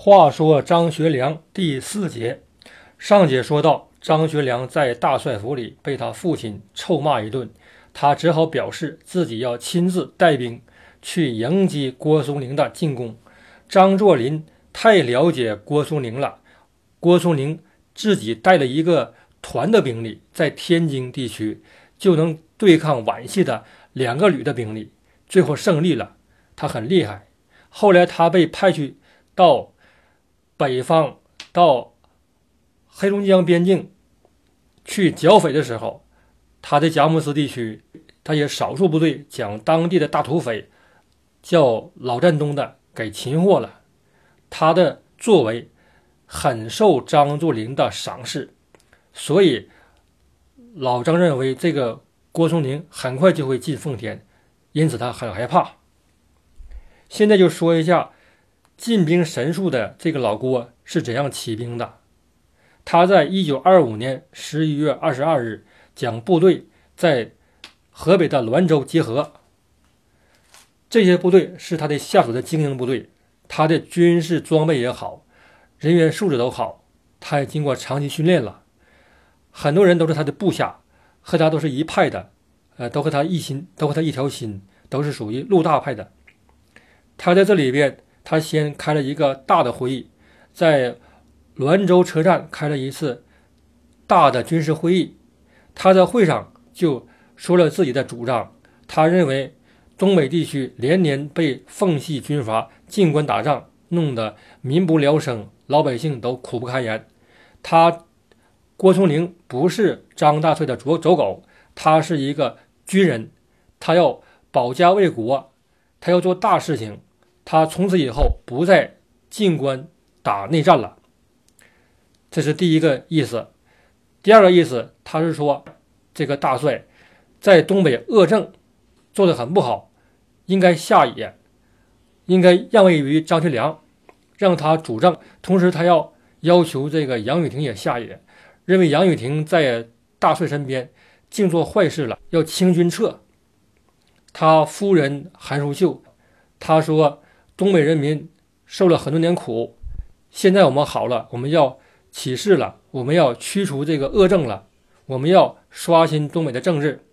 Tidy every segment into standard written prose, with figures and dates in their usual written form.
话说张学良第4节，上节说到张学良在大帅府里被他父亲臭骂一顿，他只好表示自己要亲自带兵去迎击郭松龄的进攻。张作霖太了解郭松龄了，郭松龄自己带了一个团的兵力，在天津地区就能对抗皖系的2个旅的兵力，最后胜利了，他很厉害。后来他被派去到北方，到黑龙江边境去剿匪的时候，他在佳木斯地区，他也少数部队将当地的大土匪叫老占东的给擒获了。他的作为很受张作霖的赏识，所以老张认为这个郭松龄很快就会进奉天，因此他很害怕。现在就说一下进兵神速的这个老郭是怎样起兵的。他在1925年11月22日将部队在河北的滦州集合，这些部队是他的下属的精英部队，他的军事装备也好，人员素质都好，他也经过长期训练了，很多人都是他的部下，和他都是一派的，都和他一心，都和他一条心，都是属于陆大派的。他在这里边，他先开了一个大的会议，在滦州车站开了一次大的军事会议。他在会上就说了自己的主张，他认为东北地区连年被奉系军阀进关打仗，弄得民不聊生，老百姓都苦不堪言。郭松龄不是张大帅的走狗，他是一个军人，他要保家卫国，他要做大事情，他从此以后不再进关打内战了。这是第一个意思。第二个意思，他是说这个大帅在东北恶政做得很不好，应该下野，应该让位于张学良，让他主政。同时他要求这个杨宇霆也下野，认为杨宇霆在大帅身边净做坏事了，要清军撤。他夫人韩淑秀他说，东北人民受了很多年苦，现在我们好了，我们要起事了，我们要驱除这个恶政了，我们要刷新东北的政治。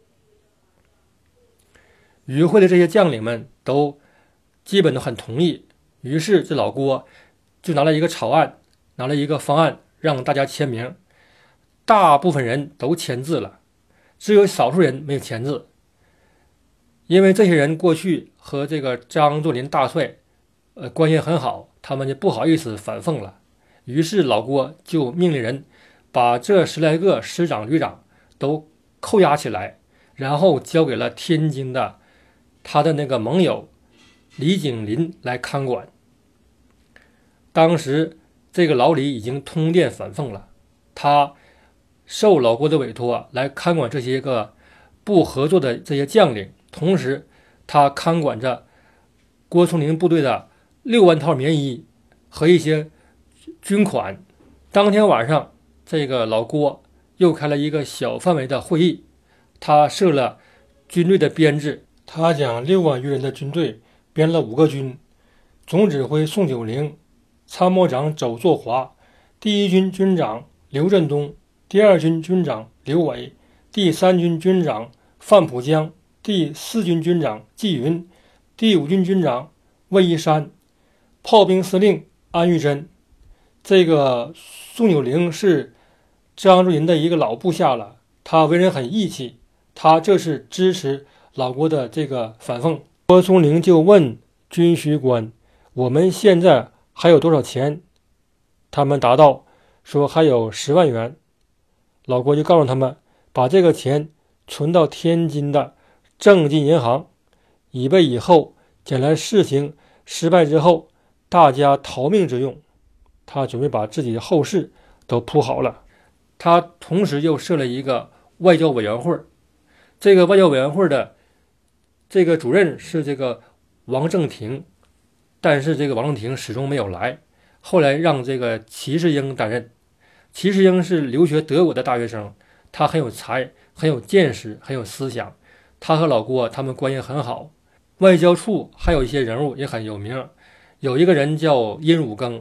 与会的这些将领们都基本都很同意，于是这老郭就拿了一个草案，拿了一个方案让大家签名，大部分人都签字了，只有少数人没有签字，因为这些人过去和这个张作霖大帅关系很好，他们就不好意思反奉了。于是老郭就命令人把这10来个师长旅长都扣押起来，然后交给了天津的他的那个盟友李景林来看管。当时这个老李已经通电反奉了，他受老郭的委托来看管这些个不合作的这些将领，同时他看管着郭松龄部队的6万套棉衣和一些军款。当天晚上，这个老郭又开了一个小范围的会议，他设了军队的编制，他将6万余人的军队编了5个军，总指挥宋九龄，参谋长周作华，第1军军长刘振东，第2军军长刘伟，第3军军长范浦江，第4军军长纪云，第5军军长魏一山，炮兵司令安玉珍。这个宋九龄是张作霖的一个老部下了，他为人很义气，他这是支持老郭的这个反奉。郭松龄就问军需官，我们现在还有多少钱？他们答道说还有10万元。老郭就告诉他们，把这个钱存到天津的正金银行，以备以后将来事情失败之后大家逃命之用。他准备把自己的后事都铺好了。他同时又设了一个外交委员会，这个外交委员会的这个主任是这个王正廷，但是这个王正廷始终没有来，后来让这个齐世英担任。齐世英是留学德国的大学生，他很有才，很有见识，很有思想，他和老郭他们关系很好。外交处还有一些人物也很有名，有一个人叫殷汝耕，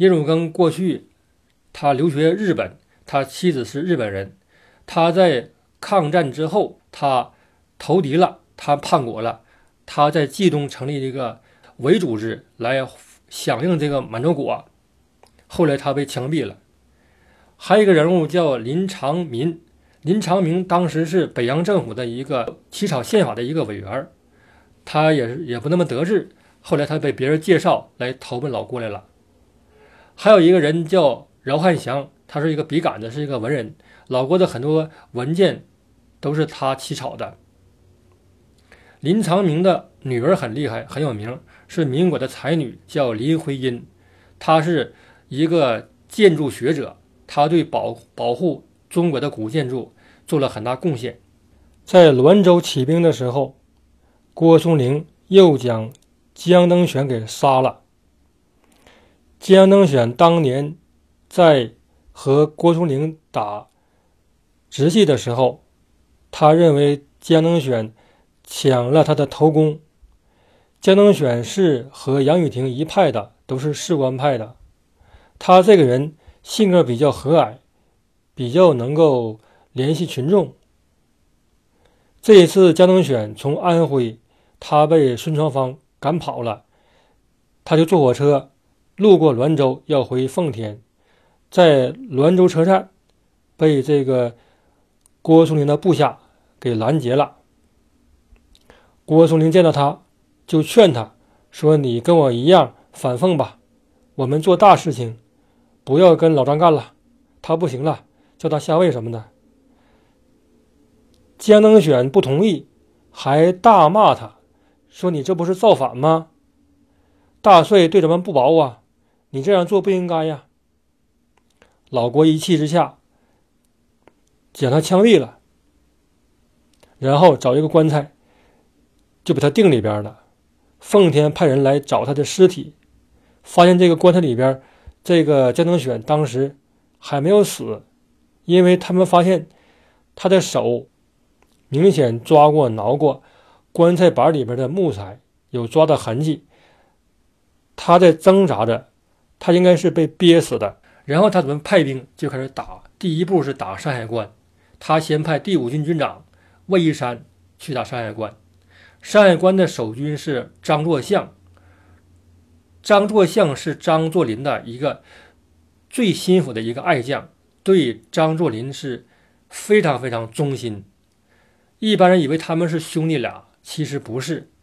叶汝耕过去他留学日本，他妻子是日本人，他在抗战之后他投敌了，他叛国了，他在冀东成立一个伪组织来响应这个满洲国，后来他被枪毙了。还有一个人物叫林长民，林长民当时是北洋政府的一个起草宪法的一个委员，他也不那么得志，后来他被别人介绍来投奔老郭来了。还有一个人叫饶汉祥，他是一个笔杆子，是一个文人，老郭的很多文件都是他起草的。林长民的女儿很厉害，很有名，是民国的才女，叫林徽因，她是一个建筑学者，她对保护中国的古建筑做了很大贡献。在滦州起兵的时候，郭松龄又将江登选给杀了。江登选当年在和郭松龄打直系的时候，他认为江登选抢了他的头功。江登选是和杨雨婷一派的，都是士官派的。他这个人性格比较和蔼，比较能够联系群众。这一次江登选从安徽，他被孙传芳赶跑了，他就坐火车路过滦州要回奉天，在滦州车站被这个郭松龄的部下给拦截了。郭松龄见到他就劝他说，你跟我一样反奉吧，我们做大事情，不要跟老张干了，他不行了，叫他下位什么的。江登选不同意，还大骂他说，你这不是造反吗？大帅对咱们不薄啊，你这样做不应该呀。老郭一气之下将他枪毙了，然后找一个棺材就把他钉里边了。奉天派人来找他的尸体，发现这个棺材里边，这个江登选当时还没有死，因为他们发现他的手明显抓过挠过棺材板里边的木材，有抓的痕迹，他在挣扎着，他应该是被憋死的。然后他们派兵就开始打，第一步是打山海关，他先派第5军军长魏一山去打山海关。山海关的守军是张作相，张作相是张作霖的一个最心腹的一个爱将，对张作霖是非常非常忠心。一般人以为他们是兄弟俩，其实不是。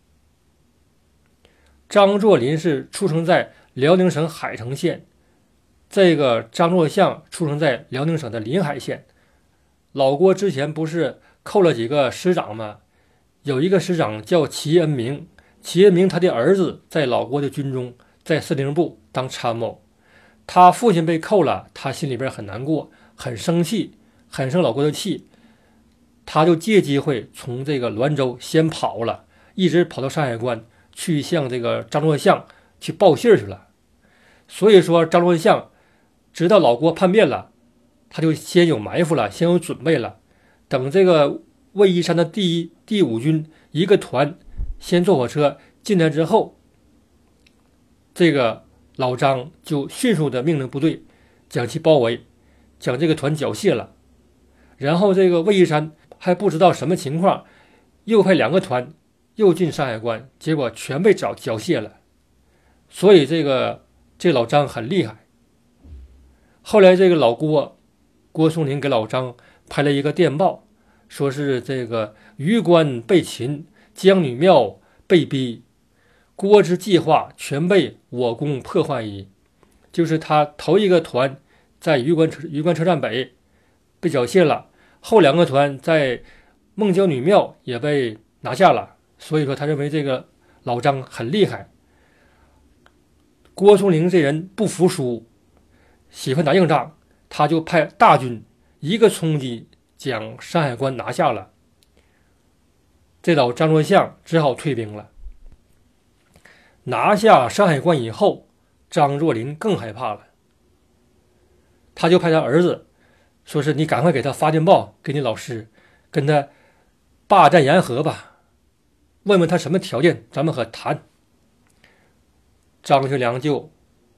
张作霖是出生在辽宁省海城县，这个张作相出生在辽宁省的临海县。老郭之前不是扣了几个师长吗？有一个师长叫齐恩明，齐恩明他的儿子在老郭的军中，在司令部当参谋。他父亲被扣了，他心里边很难过，很生气，很生老郭的气。他就借机会从这个滦州先跑了，一直跑到山海关去向这个张作相去报信去了。所以说张作相直到老郭叛变了，他就先有埋伏了，先有准备了。等这个魏一山的第5军一个团先坐火车进来之后，这个老张就迅速的命令部队将其包围，将这个团缴械了。然后这个魏一山还不知道什么情况，又派2个团又进山海关，结果全被缴械了。所以这老张很厉害。后来这个老郭松龄给老张拍了一个电报，说是这个榆关被擒，江女庙被逼，郭之计划全被我攻破坏矣。就是他头一个团在榆关车站北被缴械了，后2个团在孟郊女庙也被拿下了。所以说他认为这个老张很厉害。郭松龄这人不服输，喜欢打硬仗，他就派大军一个冲击将山海关拿下了。这老张作相只好退兵了。拿下山海关以后，张作霖更害怕了，他就派他儿子说是你赶快给他发电报，给你老师跟他霸占沿河吧，问问他什么条件，咱们和谈。张学良就给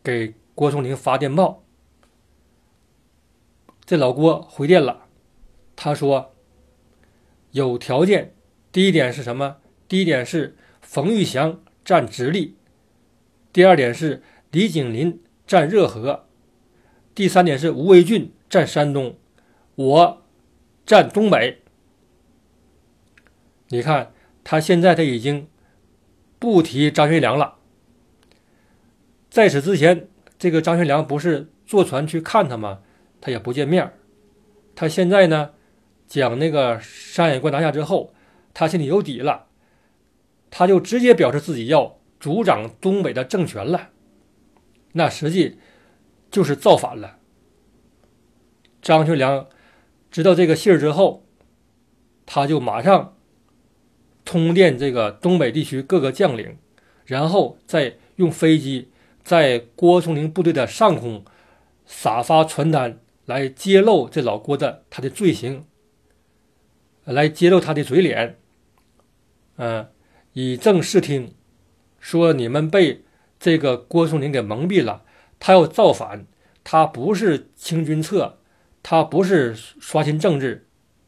郭松龄发电报，这老郭回电了，他说有条件，第一点是什么？第一点是冯玉祥占直隶，第二点是李景林占热河，第三点是吴维俊占山东，我占东北。你看他现在他已经不提张学良了。在此之前，这个张学良不是坐船去看他吗？他也不见面。他现在呢，将那个山海关拿下之后，他心里有底了，他就直接表示自己要主掌东北的政权了，那实际就是造反了。张学良知道这个信儿之后，他就马上通电这个东北地区各个将领，然后再用飞机在郭松龄部队的上空撒发传单，来揭露这老郭的他的罪行，来揭露他的嘴脸，以正视听，说你们被这个郭松龄给蒙蔽了，他要造反，他不是清君侧，他不是刷新政治。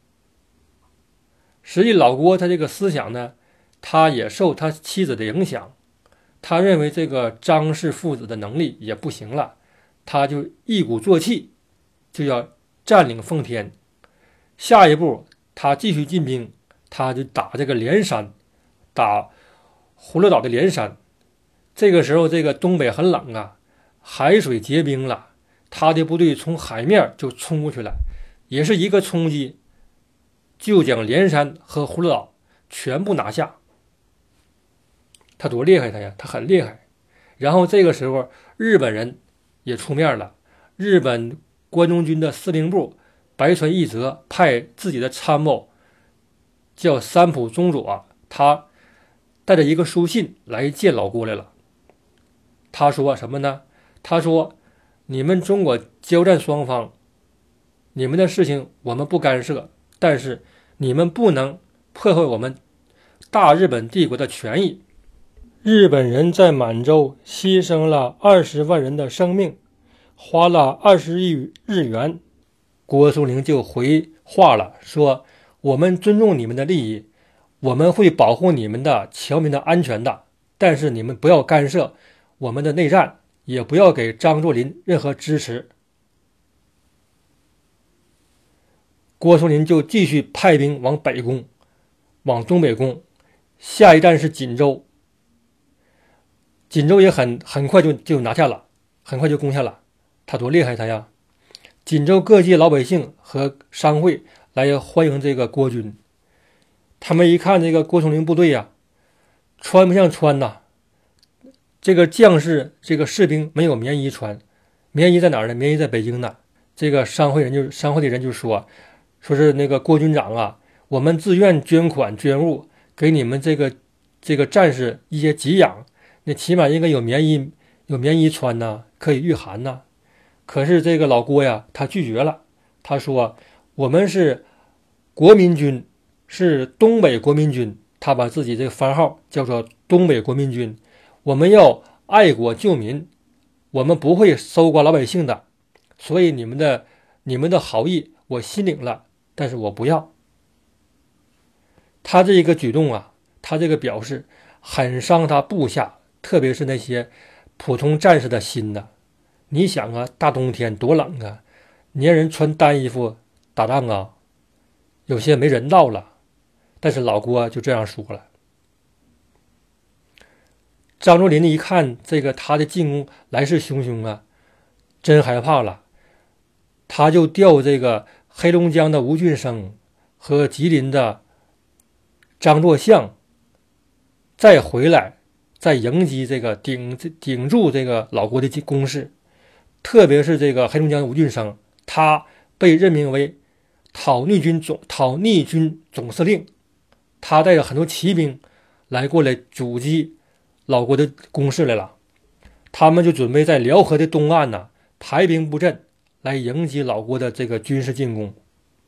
实际老郭他这个思想呢，他也受他妻子的影响，他认为这个张氏父子的能力也不行了，他就一鼓作气就要占领奉天。下一步他继续进兵，他就打这个连山，打葫芦岛的连山。这个时候这个东北很冷啊，海水结冰了，他的部队从海面就冲过去了，也是一个冲击就将连山和葫芦岛全部拿下。他多厉害他呀，他很厉害。然后这个时候日本人也出面了，日本关东军的司令部白川义则派自己的参谋叫三浦宗佐，他带着一个书信来见老郭来了。他说什么呢？他说你们中国交战双方，你们的事情我们不干涉，但是你们不能破坏我们大日本帝国的权益。日本人在满洲牺牲了20万人的生命，花了20亿日元。郭松龄就回话了，说我们尊重你们的利益，我们会保护你们的侨民的安全的，但是你们不要干涉我们的内战，也不要给张作霖任何支持。郭松龄就继续派兵往北攻，往东北攻，下一站是锦州。锦州也很快就拿下了，很快就攻下了。他多厉害他呀！锦州各界老百姓和商会来欢迎这个郭军，他们一看这个郭松龄部队呀，穿不像穿呐。这个将士这个士兵没有棉衣穿，棉衣在哪儿呢？棉衣在北京呢。这个商会的人就说是那个郭军长啊，我们自愿捐款捐物给你们这个战士一些给养，那起码应该有棉衣穿呐，可以御寒呐。可是这个老郭呀，他拒绝了。他说我们是国民军，是东北国民军，他把自己这个番号叫做东北国民军，我们要爱国救民，我们不会搜刮老百姓的，所以你们的好意我心领了，但是我不要。他这一个举动啊，他这个表示很伤他部下，特别是那些普通战士的心的。你想啊，大冬天多冷啊，你让人穿单衣服打仗啊，有些没人道了。但是老郭就这样说了。张作霖一看这个他的进攻来势汹汹啊，真害怕了，他就调这个黑龙江的吴俊升和吉林的张作相再回来，再迎击这个顶住这个老郭的攻势。特别是这个黑龙江的吴俊升，他被任命为讨逆军总司令，他带着很多骑兵过来阻击老郭的攻势来了。他们就准备在辽河的东岸呢，排兵布阵来迎击老郭的这个军事进攻。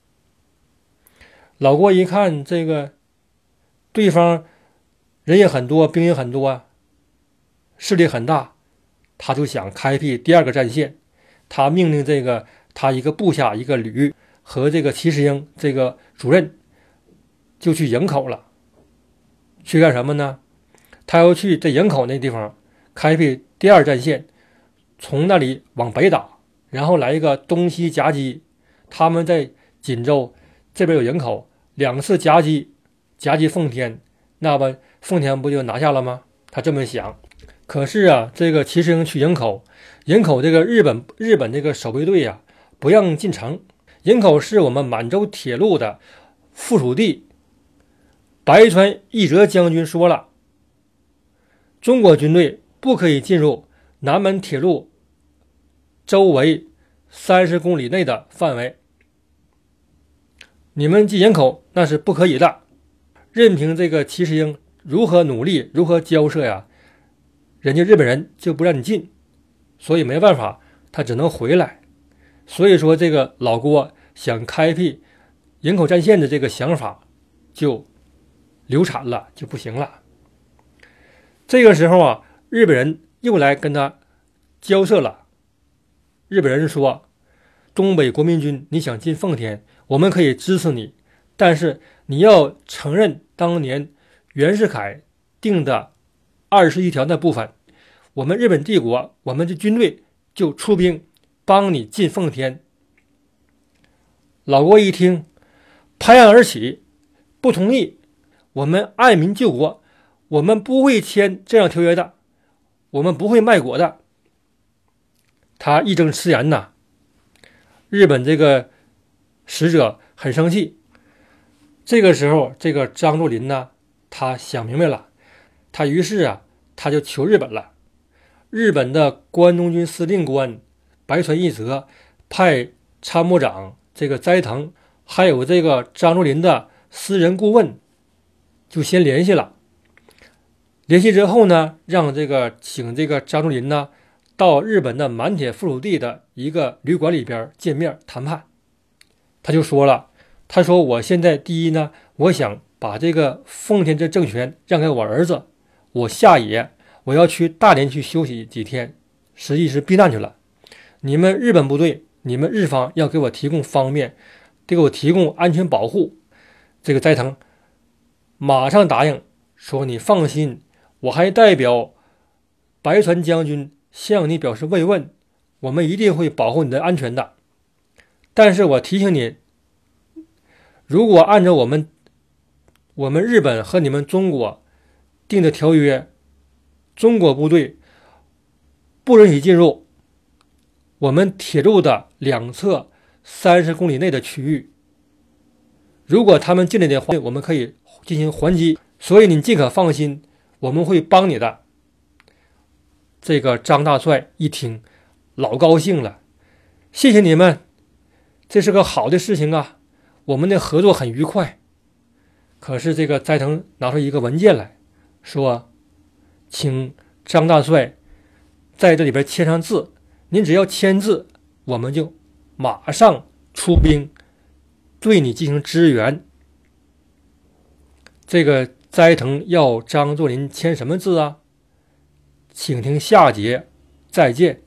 老郭一看这个对方人也很多，兵也很多，势力很大， 他就想开辟第二个战线。他命令他一个部下一个旅和这个齐士英这个主任就去营口了。去干什么呢？他要去在营口那地方开辟第二战线，从那里往北打，然后来一个东西夹击。他们在锦州这边有营口，2次夹击奉天，那么奉天不就拿下了吗？他这么想。可是啊，这个齐士英去营口这个日本这个守备队啊不让进城。营口是我们满洲铁路的附属地，白川义则将军说了，中国军队不可以进入南门铁路周围30公里内的范围，你们进营口那是不可以的。任凭这个齐士英如何努力如何交涉呀，人家日本人就不让你进，所以没办法，他只能回来。所以说这个老郭想开辟营口战线的这个想法就流产了，就不行了。这个时候啊，日本人又来跟他交涉了。日本人说，东北国民军你想进奉天，我们可以支持你，但是你要承认当年袁世凯定的21条那部分，我们日本帝国我们的军队就出兵帮你进奉天。老郭一听，拍案而起，不同意，我们爱民救国，我们不会签这样条约的，我们不会卖国的。他义正辞严呐。日本这个使者很生气。这个时候这个张作霖呢，他想明白了，他于是啊他就求日本了。日本的关东军司令官白川义则派参谋长这个斋藤，还有这个张作霖的私人顾问就先联系了。联系之后呢，请这个张作霖呢到日本的满铁附属地的一个旅馆里边见面谈判。他就说了，他说我现在第一呢，我想把这个奉天这政权让给我儿子，我下野，我要去大连去休息几天，实际是避难去了。你们日本部队，你们日方要给我提供方便，给我提供安全保护。这个斋藤马上答应说，你放心，我还代表白川将军向你表示慰问，我们一定会保护你的安全的。但是我提醒你，如果按照我们日本和你们中国定的条约，中国部队不允许进入我们铁路的两侧30公里内的区域。如果他们进来的话，我们可以进行还击，所以你尽可放心，我们会帮你的。这个张大帅一听老高兴了，谢谢你们，这是个好的事情啊，我们的合作很愉快。可是这个斋藤拿出一个文件来说，请张大帅在这里边签上字，您只要签字，我们就马上出兵对你进行支援。这个斋藤要张作霖签什么字啊？请听下节再见。